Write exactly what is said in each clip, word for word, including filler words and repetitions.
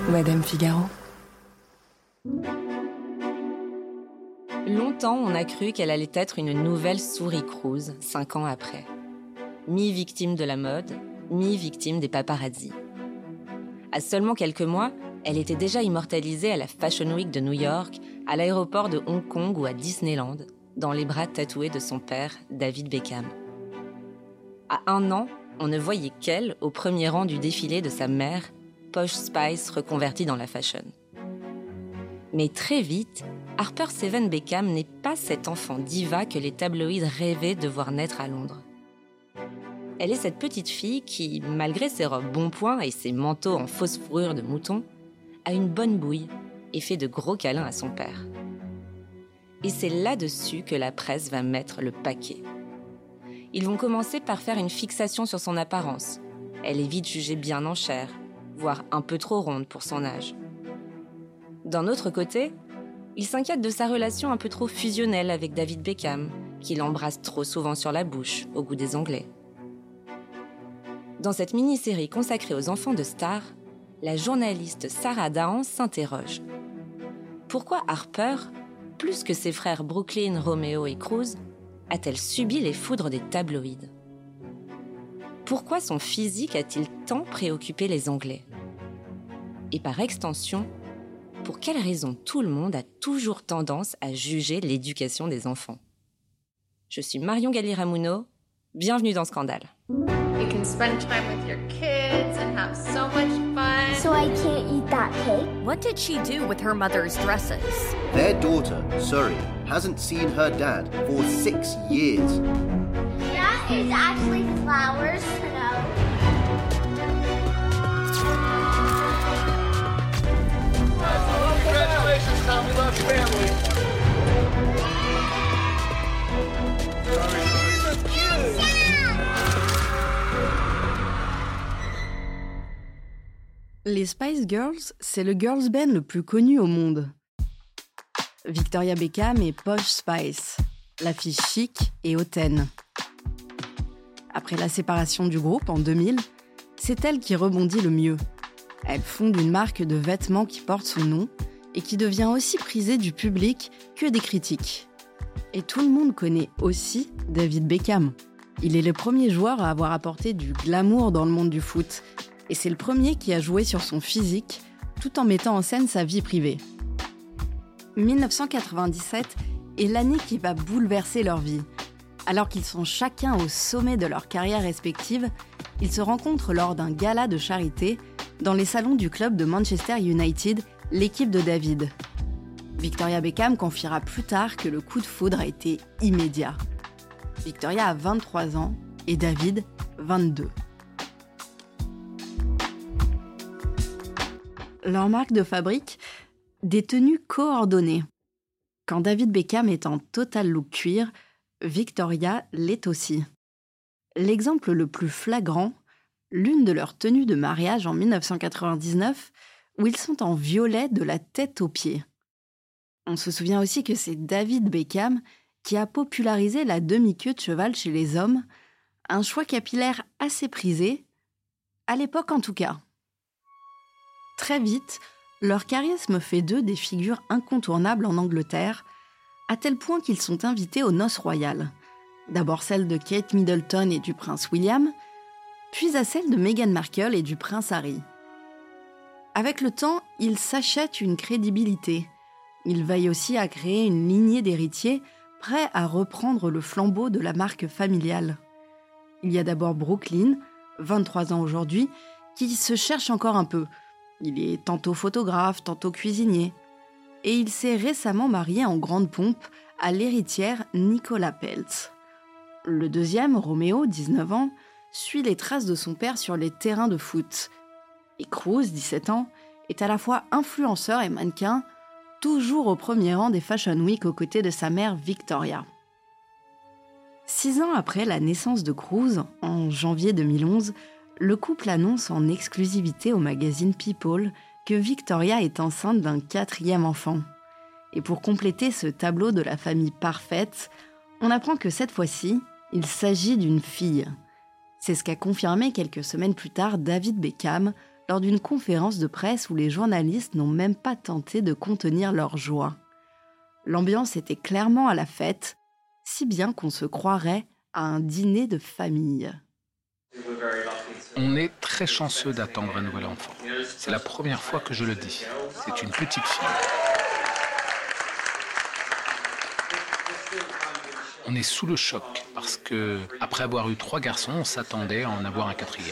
Madame Figaro. Longtemps, on a cru qu'elle allait être une nouvelle Souris Cruz, cinq ans après. Mi-victime de la mode, mi-victime des paparazzis. À seulement quelques mois, elle était déjà immortalisée à la Fashion Week de New York, à l'aéroport de Hong Kong ou à Disneyland, dans les bras tatoués de son père, David Beckham. À un an, on ne voyait qu'elle au premier rang du défilé de sa mère, Posh Spice reconvertie dans la fashion. Mais très vite, Harper Seven Beckham n'est pas cette enfant diva que les tabloïds rêvaient de voir naître à Londres. Elle est cette petite fille qui, malgré ses robes bon point et ses manteaux en fausse fourrure de mouton, a une bonne bouille et fait de gros câlins à son père. Et c'est là-dessus que la presse va mettre le paquet. Ils vont commencer par faire une fixation sur son apparence. Elle est vite jugée bien en chair, voire un peu trop ronde pour son âge. D'un autre côté, ils s'inquiètent de sa relation un peu trop fusionnelle avec David Beckham, qui l'embrasse trop souvent sur la bouche, au goût des Anglais. Dans cette mini-série consacrée aux enfants de stars, la journaliste Sarah Dahan s'interroge. Pourquoi Harper, plus que ses frères Brooklyn, Romeo et Cruz, a-t-elle subi les foudres des tabloïds ? Pourquoi son physique a-t-il tant préoccupé les Anglais ? Et par extension, pour quelles raisons tout le monde a toujours tendance à juger l'éducation des enfants ? Je suis Marion Galli-Ramuno, bienvenue dans Scandale. You can spend time with your kids and have so much fun. So I can't eat that cake? What did she do with her mother's dresses? Their daughter, Surrey, hasn't seen her dad for six years. That is actually flowers, no. Congratulations, Tom. We love your family. Les Spice Girls, c'est le girls band le plus connu au monde. Victoria Beckham et Posh Spice, la fille chic et hautaine. Après la séparation du groupe en deux mille, c'est elle qui rebondit le mieux. Elle fonde une marque de vêtements qui porte son nom et qui devient aussi prisée du public que des critiques. Et tout le monde connaît aussi David Beckham. Il est le premier joueur à avoir apporté du glamour dans le monde du foot. Et c'est le premier qui a joué sur son physique, tout en mettant en scène sa vie privée. dix-neuf cent quatre-vingt-dix-sept est l'année qui va bouleverser leur vie. Alors qu'ils sont chacun au sommet de leur carrière respective, ils se rencontrent lors d'un gala de charité dans les salons du club de Manchester United, l'équipe de David. Victoria Beckham confiera plus tard que le coup de foudre a été immédiat. Victoria a vingt-trois ans et David, vingt-deux. Leur marque de fabrique, des tenues coordonnées. Quand David Beckham est en total look cuir, Victoria l'est aussi. L'exemple le plus flagrant, l'une de leurs tenues de mariage en dix-neuf cent quatre-vingt-dix-neuf, où ils sont en violet de la tête aux pieds. On se souvient aussi que c'est David Beckham qui a popularisé la demi-queue de cheval chez les hommes, un choix capillaire assez prisé, à l'époque en tout cas. Très vite, leur charisme fait d'eux des figures incontournables en Angleterre, à tel point qu'ils sont invités aux noces royales. D'abord celle de Kate Middleton et du prince William, puis à celle de Meghan Markle et du prince Harry. Avec le temps, ils s'achètent une crédibilité. Ils veillent aussi à créer une lignée d'héritiers prêts à reprendre le flambeau de la marque familiale. Il y a d'abord Brooklyn, vingt-trois ans aujourd'hui, qui se cherche encore un peu. Il est tantôt photographe, tantôt cuisinier. Et il s'est récemment marié en grande pompe à l'héritière Nicola Peltz. Le deuxième, Romeo, dix-neuf ans, suit les traces de son père sur les terrains de foot. Et Cruz, dix-sept ans, est à la fois influenceur et mannequin, toujours au premier rang des Fashion Week aux côtés de sa mère Victoria. Six ans après la naissance de Cruz, en janvier deux mille onze, le couple annonce en exclusivité au magazine People que Victoria est enceinte d'un quatrième enfant. Et pour compléter ce tableau de la famille parfaite, on apprend que cette fois-ci, il s'agit d'une fille. C'est ce qu'a confirmé quelques semaines plus tard David Beckham lors d'une conférence de presse où les journalistes n'ont même pas tenté de contenir leur joie. L'ambiance était clairement à la fête, si bien qu'on se croirait à un dîner de famille. On est très chanceux d'attendre un nouvel enfant. C'est la première fois que je le dis. C'est une petite fille. On est sous le choc parce que, après avoir eu trois garçons, on s'attendait à en avoir un quatrième.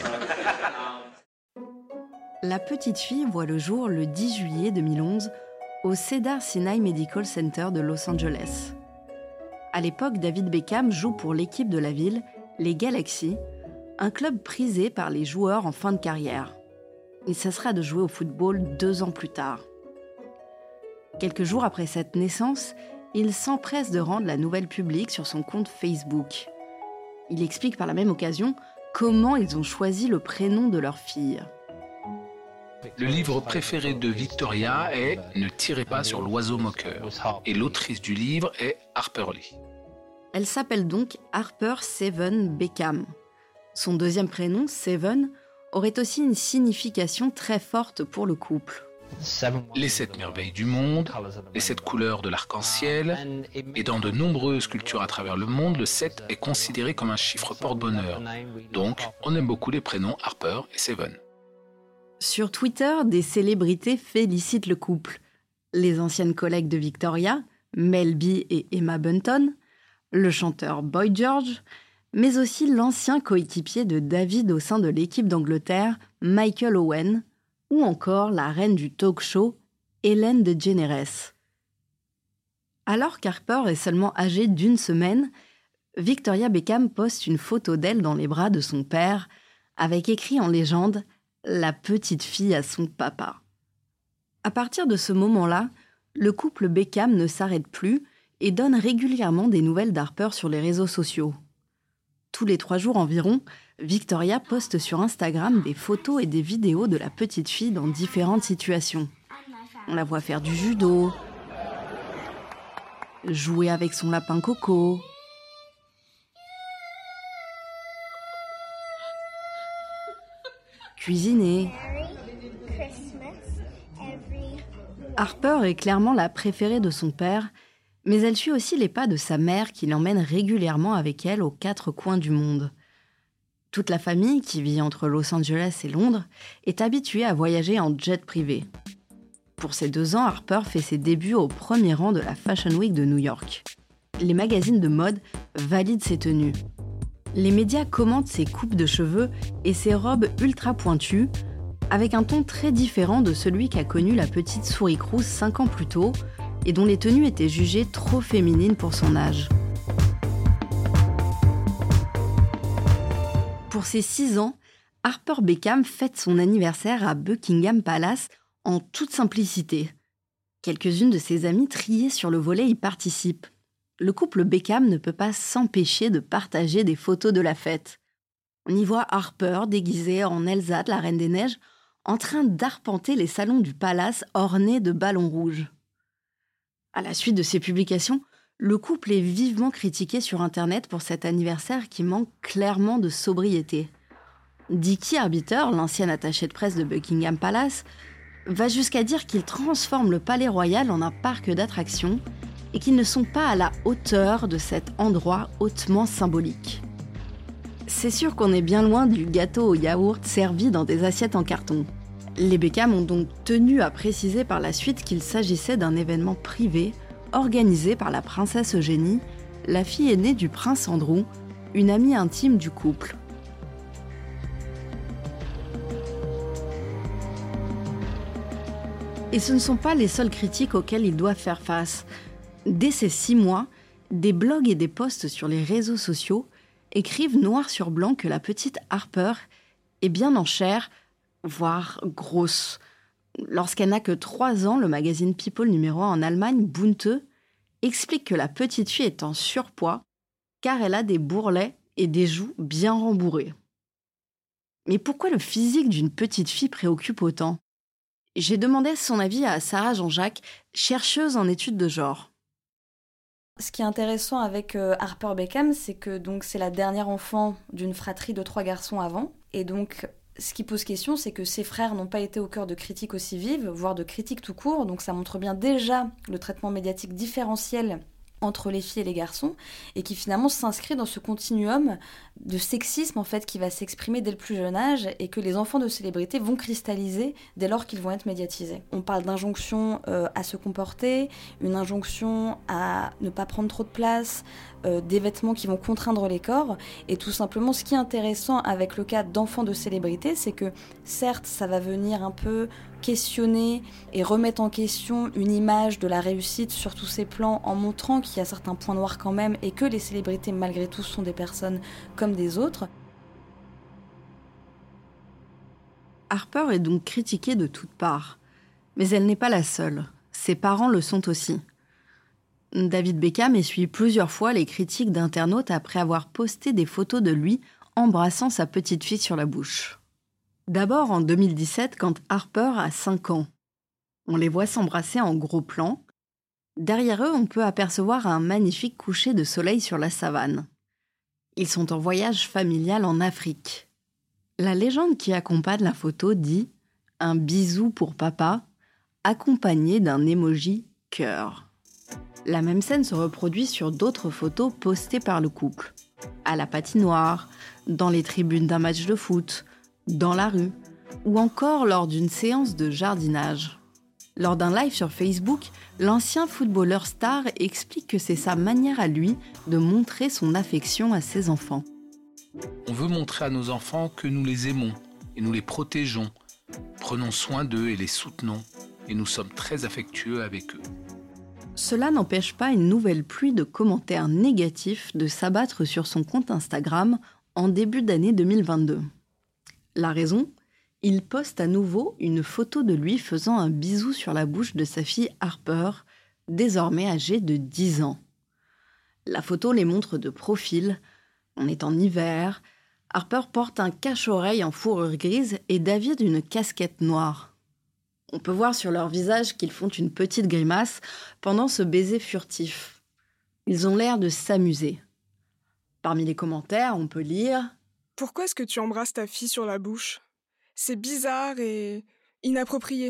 La petite fille voit le jour le dix juillet deux mille onze au Cedars-Sinai Medical Center de Los Angeles. À l'époque, David Beckham joue pour l'équipe de la ville, les Galaxy, un club prisé par les joueurs en fin de carrière. Il cessera de jouer au football deux ans plus tard. Quelques jours après cette naissance, il s'empresse de rendre la nouvelle publique sur son compte Facebook. Il explique par la même occasion comment ils ont choisi le prénom de leur fille. Le livre préféré de Victoria est « Ne tirez pas sur l'oiseau moqueur » et l'autrice du livre est Harper Lee. Elle s'appelle donc Harper Seven Beckham. Son deuxième prénom, Seven, aurait aussi une signification très forte pour le couple. Les sept merveilles du monde, les sept couleurs de l'arc-en-ciel, et dans de nombreuses cultures à travers le monde, le sept est considéré comme un chiffre porte-bonheur. Donc, on aime beaucoup les prénoms Harper et Seven. Sur Twitter, des célébrités félicitent le couple. Les anciennes collègues de Victoria, Mel B et Emma Bunton, le chanteur Boy George, mais aussi l'ancien coéquipier de David au sein de l'équipe d'Angleterre, Michael Owen, ou encore la reine du talk-show, Ellen DeGeneres. Alors qu'Harper est seulement âgée d'une semaine, Victoria Beckham poste une photo d'elle dans les bras de son père, avec écrit en légende « La petite fille à son papa ». À partir de ce moment-là, le couple Beckham ne s'arrête plus et donne régulièrement des nouvelles d'Harper sur les réseaux sociaux. Tous les trois jours environ, Victoria poste sur Instagram des photos et des vidéos de la petite fille dans différentes situations. On la voit faire du judo, jouer avec son lapin Coco, cuisiner. Harper est clairement la préférée de son père, mais elle suit aussi les pas de sa mère qui l'emmène régulièrement avec elle aux quatre coins du monde. Toute la famille, qui vit entre Los Angeles et Londres, est habituée à voyager en jet privé. Pour ses deux ans, Harper fait ses débuts au premier rang de la Fashion Week de New York. Les magazines de mode valident ses tenues. Les médias commentent ses coupes de cheveux et ses robes ultra pointues, avec un ton très différent de celui qu'a connu la petite Souris Cruz cinq ans plus tôt, et dont les tenues étaient jugées trop féminines pour son âge. Pour ses six ans, Harper Beckham fête son anniversaire à Buckingham Palace en toute simplicité. Quelques-unes de ses amies triées sur le volet y participent. Le couple Beckham ne peut pas s'empêcher de partager des photos de la fête. On y voit Harper déguisée en Elsa de la Reine des Neiges, en train d'arpenter les salons du palace ornés de ballons rouges. À la suite de ces publications, le couple est vivement critiqué sur Internet pour cet anniversaire qui manque clairement de sobriété. Dicky Arbiter, l'ancien attaché de presse de Buckingham Palace, va jusqu'à dire qu'ils transforment le palais royal en un parc d'attractions et qu'ils ne sont pas à la hauteur de cet endroit hautement symbolique. C'est sûr qu'on est bien loin du gâteau au yaourt servi dans des assiettes en carton. Les Beckham ont donc tenu à préciser par la suite qu'il s'agissait d'un événement privé organisé par la princesse Eugénie, la fille aînée du prince Andrew, une amie intime du couple. Et ce ne sont pas les seules critiques auxquelles ils doivent faire face. Dès ces six mois, des blogs et des posts sur les réseaux sociaux écrivent noir sur blanc que la petite Harper est bien en chair, voire grosse. Lorsqu'elle n'a que trois ans, le magazine People numéro un en Allemagne, Bunte, explique que la petite fille est en surpoids car elle a des bourrelets et des joues bien rembourrées. Mais pourquoi le physique d'une petite fille préoccupe autant ? J'ai demandé son avis à Sarah Jean-Jacques, chercheuse en études de genre. Ce qui est intéressant avec euh, Harper Beckham, c'est que donc c'est la dernière enfant d'une fratrie de trois garçons avant, et donc Ce qui pose question, c'est que ses frères n'ont pas été au cœur de critiques aussi vives, voire de critiques tout court, donc ça montre bien déjà le traitement médiatique différentiel entre les filles et les garçons, et qui finalement s'inscrit dans ce continuum de sexisme en fait qui va s'exprimer dès le plus jeune âge et que les enfants de célébrités vont cristalliser dès lors qu'ils vont être médiatisés. On parle d'injonction euh, à se comporter, une injonction à ne pas prendre trop de place, euh, des vêtements qui vont contraindre les corps, et tout simplement ce qui est intéressant avec le cas d'enfants de célébrités, c'est que certes ça va venir un peu questionner et remettre en question une image de la réussite sur tous ces plans en montrant qu'il y a certains points noirs quand même et que les célébrités malgré tout sont des personnes comme des autres. Harper est donc critiquée de toutes parts, mais elle n'est pas la seule. Ses parents le sont aussi. David Beckham essuie plusieurs fois les critiques d'internautes après avoir posté des photos de lui embrassant sa petite fille sur la bouche. D'abord en deux mille dix-sept, quand Harper a cinq ans. On les voit s'embrasser en gros plan. Derrière eux, on peut apercevoir un magnifique coucher de soleil sur la savane. Ils sont en voyage familial en Afrique. La légende qui accompagne la photo dit « un bisou pour papa » accompagné d'un emoji cœur. La même scène se reproduit sur d'autres photos postées par le couple. À la patinoire, dans les tribunes d'un match de foot, dans la rue, ou encore lors d'une séance de jardinage. Lors d'un live sur Facebook, l'ancien footballeur star explique que c'est sa manière à lui de montrer son affection à ses enfants. On veut montrer à nos enfants que nous les aimons et nous les protégeons. Prenons soin d'eux et les soutenons, et nous sommes très affectueux avec eux. Cela n'empêche pas une nouvelle pluie de commentaires négatifs de s'abattre sur son compte Instagram en début d'année deux mille vingt-deux. La raison ? Il poste à nouveau une photo de lui faisant un bisou sur la bouche de sa fille Harper, désormais âgée de dix ans. La photo les montre de profil. On est en hiver. Harper porte un cache-oreille en fourrure grise et David une casquette noire. On peut voir sur leur visage qu'ils font une petite grimace pendant ce baiser furtif. Ils ont l'air de s'amuser. Parmi les commentaires, on peut lire « Pourquoi est-ce que tu embrasses ta fille sur la bouche ? C'est bizarre et inapproprié. »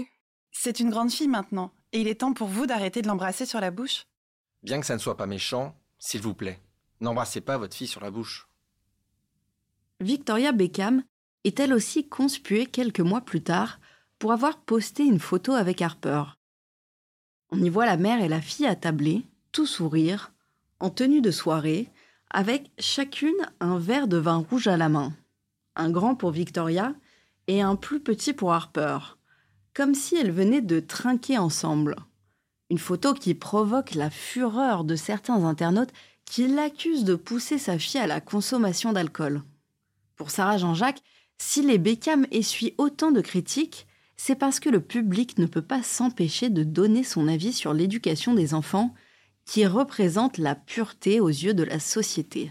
C'est une grande fille maintenant, et il est temps pour vous d'arrêter de l'embrasser sur la bouche. Bien que ça ne soit pas méchant, s'il vous plaît, n'embrassez pas votre fille sur la bouche. Victoria Beckham est elle aussi conspuée quelques mois plus tard pour avoir posté une photo avec Harper. On y voit la mère et la fille attablées, tout sourire, en tenue de soirée, avec chacune un verre de vin rouge à la main. Un grand pour Victoria et un plus petit pour Harper, comme si elles venaient de trinquer ensemble. Une photo qui provoque la fureur de certains internautes qui l'accusent de pousser sa fille à la consommation d'alcool. Pour Sarah Jean-Jacques, si les Beckham essuient autant de critiques, c'est parce que le public ne peut pas s'empêcher de donner son avis sur l'éducation des enfants, qui représente la pureté aux yeux de la société.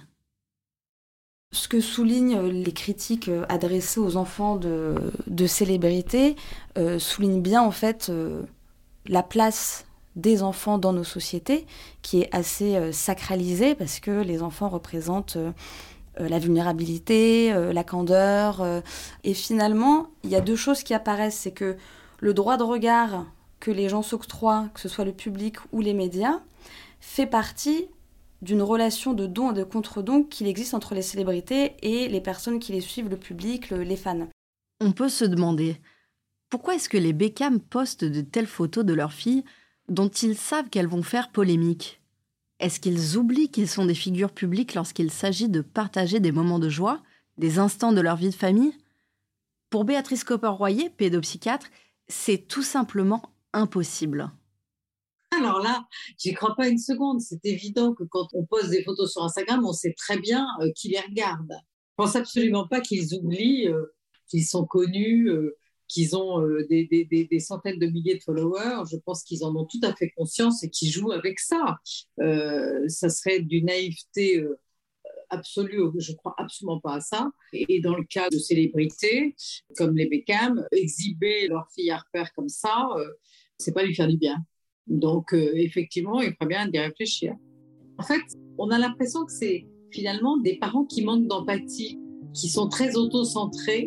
Ce que soulignent les critiques adressées aux enfants de, de célébrités euh, souligne bien en fait euh, la place des enfants dans nos sociétés, qui est assez euh, sacralisée parce que les enfants représentent euh, euh, la vulnérabilité, euh, la candeur. Euh, et finalement, il y a deux choses qui apparaissent, c'est que le droit de regard que les gens s'octroient, que ce soit le public ou les médias, fait partie d'une relation de don et de contre-don qu'il existe entre les célébrités et les personnes qui les suivent, le public, le, les fans. On peut se demander, pourquoi est-ce que les Beckham postent de telles photos de leurs filles dont ils savent qu'elles vont faire polémique ? Est-ce qu'ils oublient qu'ils sont des figures publiques lorsqu'il s'agit de partager des moments de joie, des instants de leur vie de famille ? Pour Béatrice Copper-Royer, pédopsychiatre, c'est tout simplement impossible. Alors là, j'y crois pas une seconde. C'est évident que quand on poste des photos sur Instagram, on sait très bien euh, qui les regarde. Je pense absolument pas qu'ils oublient euh, qu'ils sont connus, euh, qu'ils ont euh, des, des, des, des centaines de milliers de followers. Je pense qu'ils en ont tout à fait conscience et qu'ils jouent avec ça. Euh, ça serait d'une naïveté euh, absolue. Je crois absolument pas à ça. Et dans le cas de célébrités, comme les Beckham, exhiber leur fille Harper comme ça, euh, c'est pas lui faire du bien. Donc, euh, effectivement, il faudrait bien d'y réfléchir. En fait, on a l'impression que c'est finalement des parents qui manquent d'empathie, qui sont très auto-centrés,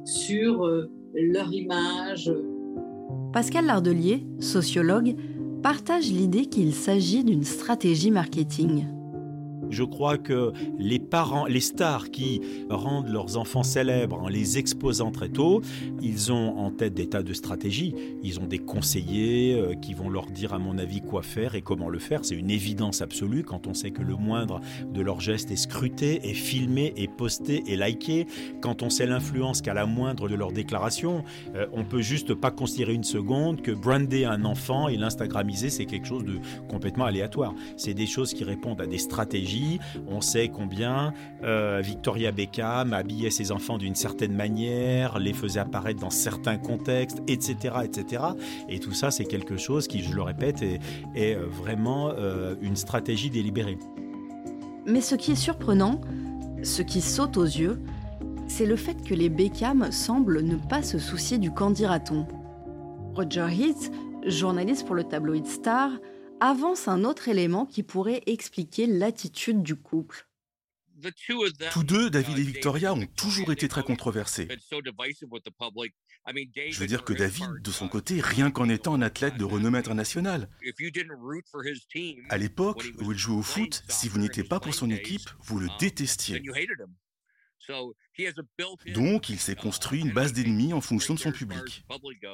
sur euh, leur image. Pascal Lardelier, sociologue, partage l'idée qu'il s'agit d'une stratégie marketing. Je crois que les parents, les stars qui rendent leurs enfants célèbres en les exposant très tôt, ils ont en tête des tas de stratégies. Ils ont des conseillers euh, qui vont leur dire, à mon avis, quoi faire et comment le faire. C'est une évidence absolue quand on sait que le moindre de leurs gestes est scruté, est filmé, est posté, est liké. Quand on sait l'influence qu'a la moindre de leurs déclarations, euh, on peut juste pas considérer une seconde que brander un enfant et l'instagramiser, c'est quelque chose de complètement aléatoire. C'est des choses qui répondent à des stratégies. On sait combien euh, Victoria Beckham habillait ses enfants d'une certaine manière, les faisait apparaître dans certains contextes, et cetera, et cetera. Et tout ça, c'est quelque chose qui, je le répète, est, est vraiment euh, une stratégie délibérée. Mais ce qui est surprenant, ce qui saute aux yeux, c'est le fait que les Beckham semblent ne pas se soucier du qu'en dira-t-on. Roger Heath, journaliste pour le tabloïd Star, avance un autre élément qui pourrait expliquer l'attitude du couple. Tous deux, David et Victoria, ont toujours été très controversés. Je veux dire que David, de son côté, rien qu'en étant un athlète de renommée internationale. À l'époque où il jouait au foot, si vous n'étiez pas pour son équipe, vous le détestiez. Donc, il s'est construit une base d'ennemis en fonction de son public.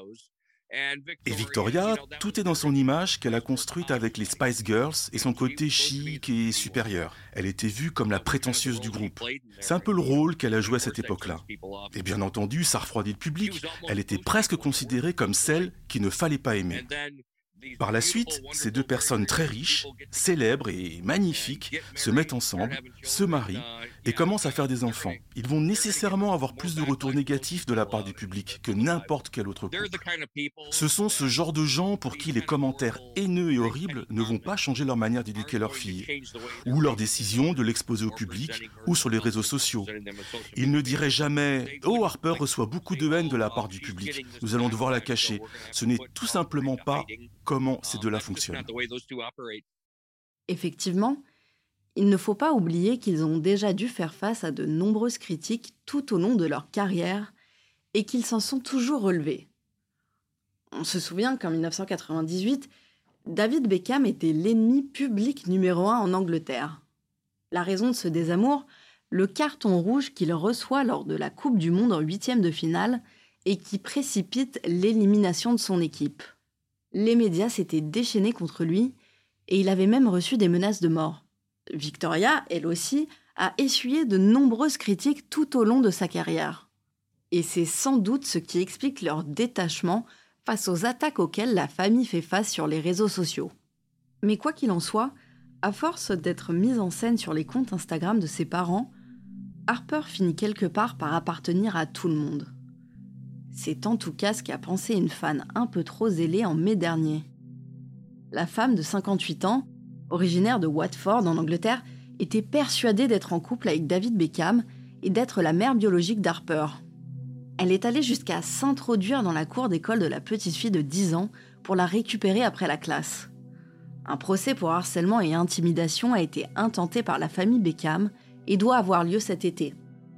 Et Victoria, tout est dans son image qu'elle a construite avec les Spice Girls et son côté chic et supérieur. Elle était vue comme la prétentieuse du groupe. C'est un peu le rôle qu'elle a joué à cette époque-là. Et bien entendu, ça refroidit le public. Elle était presque considérée comme celle qu'il ne fallait pas aimer. Par la suite, ces deux personnes très riches, célèbres et magnifiques se mettent ensemble, se marient et commencent à faire des enfants. Ils vont nécessairement avoir plus de retours négatifs de la part du public que n'importe quel autre couple. Ce sont ce genre de gens pour qui les commentaires haineux et horribles ne vont pas changer leur manière d'éduquer leur fille, ou leur décision de l'exposer au public ou sur les réseaux sociaux. Ils ne diraient jamais « Oh, Harper reçoit beaucoup de haine de la part du public, nous allons devoir la cacher ». Ce n'est tout simplement pas comment ces deux-là fonctionnent. Effectivement, il ne faut pas oublier qu'ils ont déjà dû faire face à de nombreuses critiques tout au long de leur carrière et qu'ils s'en sont toujours relevés. On se souvient qu'en dix-neuf cent quatre-vingt-dix-huit, David Beckham était l'ennemi public numéro un en Angleterre. La raison de ce désamour, le carton rouge qu'il reçoit lors de la Coupe du Monde en huitième de finale et qui précipite l'élimination de son équipe. Les médias s'étaient déchaînés contre lui et il avait même reçu des menaces de mort. Victoria, elle aussi, a essuyé de nombreuses critiques tout au long de sa carrière. Et c'est sans doute ce qui explique leur détachement face aux attaques auxquelles la famille fait face sur les réseaux sociaux. Mais quoi qu'il en soit, à force d'être mise en scène sur les comptes Instagram de ses parents, Harper finit quelque part par appartenir à tout le monde. C'est en tout cas ce qu'a pensé une fan un peu trop zélée en mai dernier. La femme de cinquante-huit ans, originaire de Watford en Angleterre, était persuadée d'être en couple avec David Beckham et d'être la mère biologique d'Harper. Elle est allée jusqu'à s'introduire dans la cour d'école de la petite fille de dix ans pour la récupérer après la classe. Un procès pour harcèlement et intimidation a été intenté par la famille Beckham et doit avoir lieu cet été.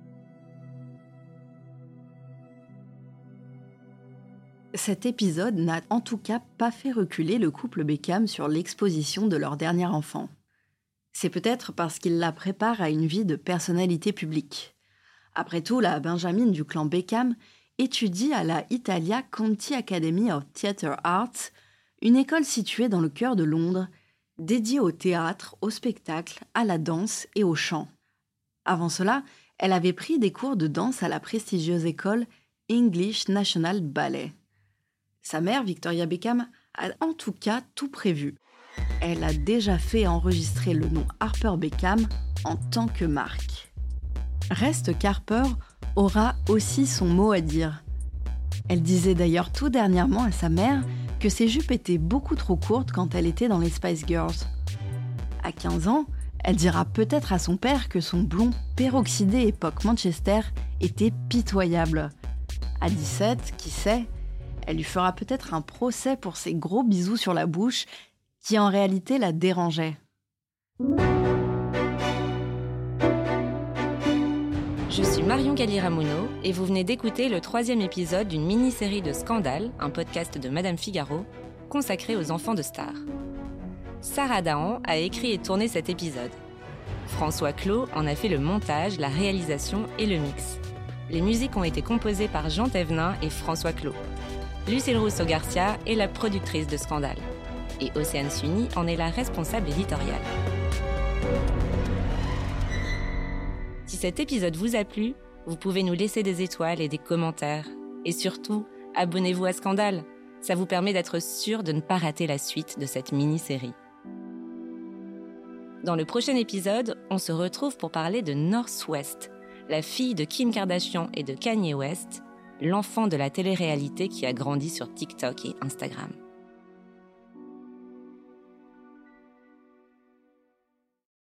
Cet épisode n'a en tout cas pas fait reculer le couple Beckham sur l'exposition de leur dernier enfant. C'est peut-être parce qu'il la prépare à une vie de personnalité publique. Après tout, la Benjamine du clan Beckham étudie à la Italia Conti Academy of Theatre Arts, une école située dans le cœur de Londres, dédiée au théâtre, au spectacle, à la danse et au chant. Avant cela, elle avait pris des cours de danse à la prestigieuse école English National Ballet. Sa mère, Victoria Beckham, a en tout cas tout prévu. Elle a déjà fait enregistrer le nom Harper Beckham en tant que marque. Reste qu'Harper aura aussi son mot à dire. Elle disait d'ailleurs tout dernièrement à sa mère que ses jupes étaient beaucoup trop courtes quand elle était dans les Spice Girls. À quinze ans, elle dira peut-être à son père que son blond peroxydé époque Manchester était pitoyable. À dix-sept, qui sait, elle lui fera peut-être un procès pour ses gros bisous sur la bouche qui en réalité la dérangeaient. Je suis Marion Galli-Ramuno et vous venez d'écouter le troisième épisode d'une mini-série de Scandale, un podcast de Madame Figaro, consacré aux enfants de stars. Sarah Dahan a écrit et tourné cet épisode. François Clos en a fait le montage, la réalisation et le mix. Les musiques ont été composées par Jean Thévenin et François Clos. Lucille Rousseau-Garcia est la productrice de Scandale. Et Océane Sunny en est la responsable éditoriale. Si cet épisode vous a plu, vous pouvez nous laisser des étoiles et des commentaires. Et surtout, abonnez-vous à Scandale. Ça vous permet d'être sûr de ne pas rater la suite de cette mini-série. Dans le prochain épisode, on se retrouve pour parler de North West, la fille de Kim Kardashian et de Kanye West, l'enfant de la télé-réalité qui a grandi sur TikTok et Instagram.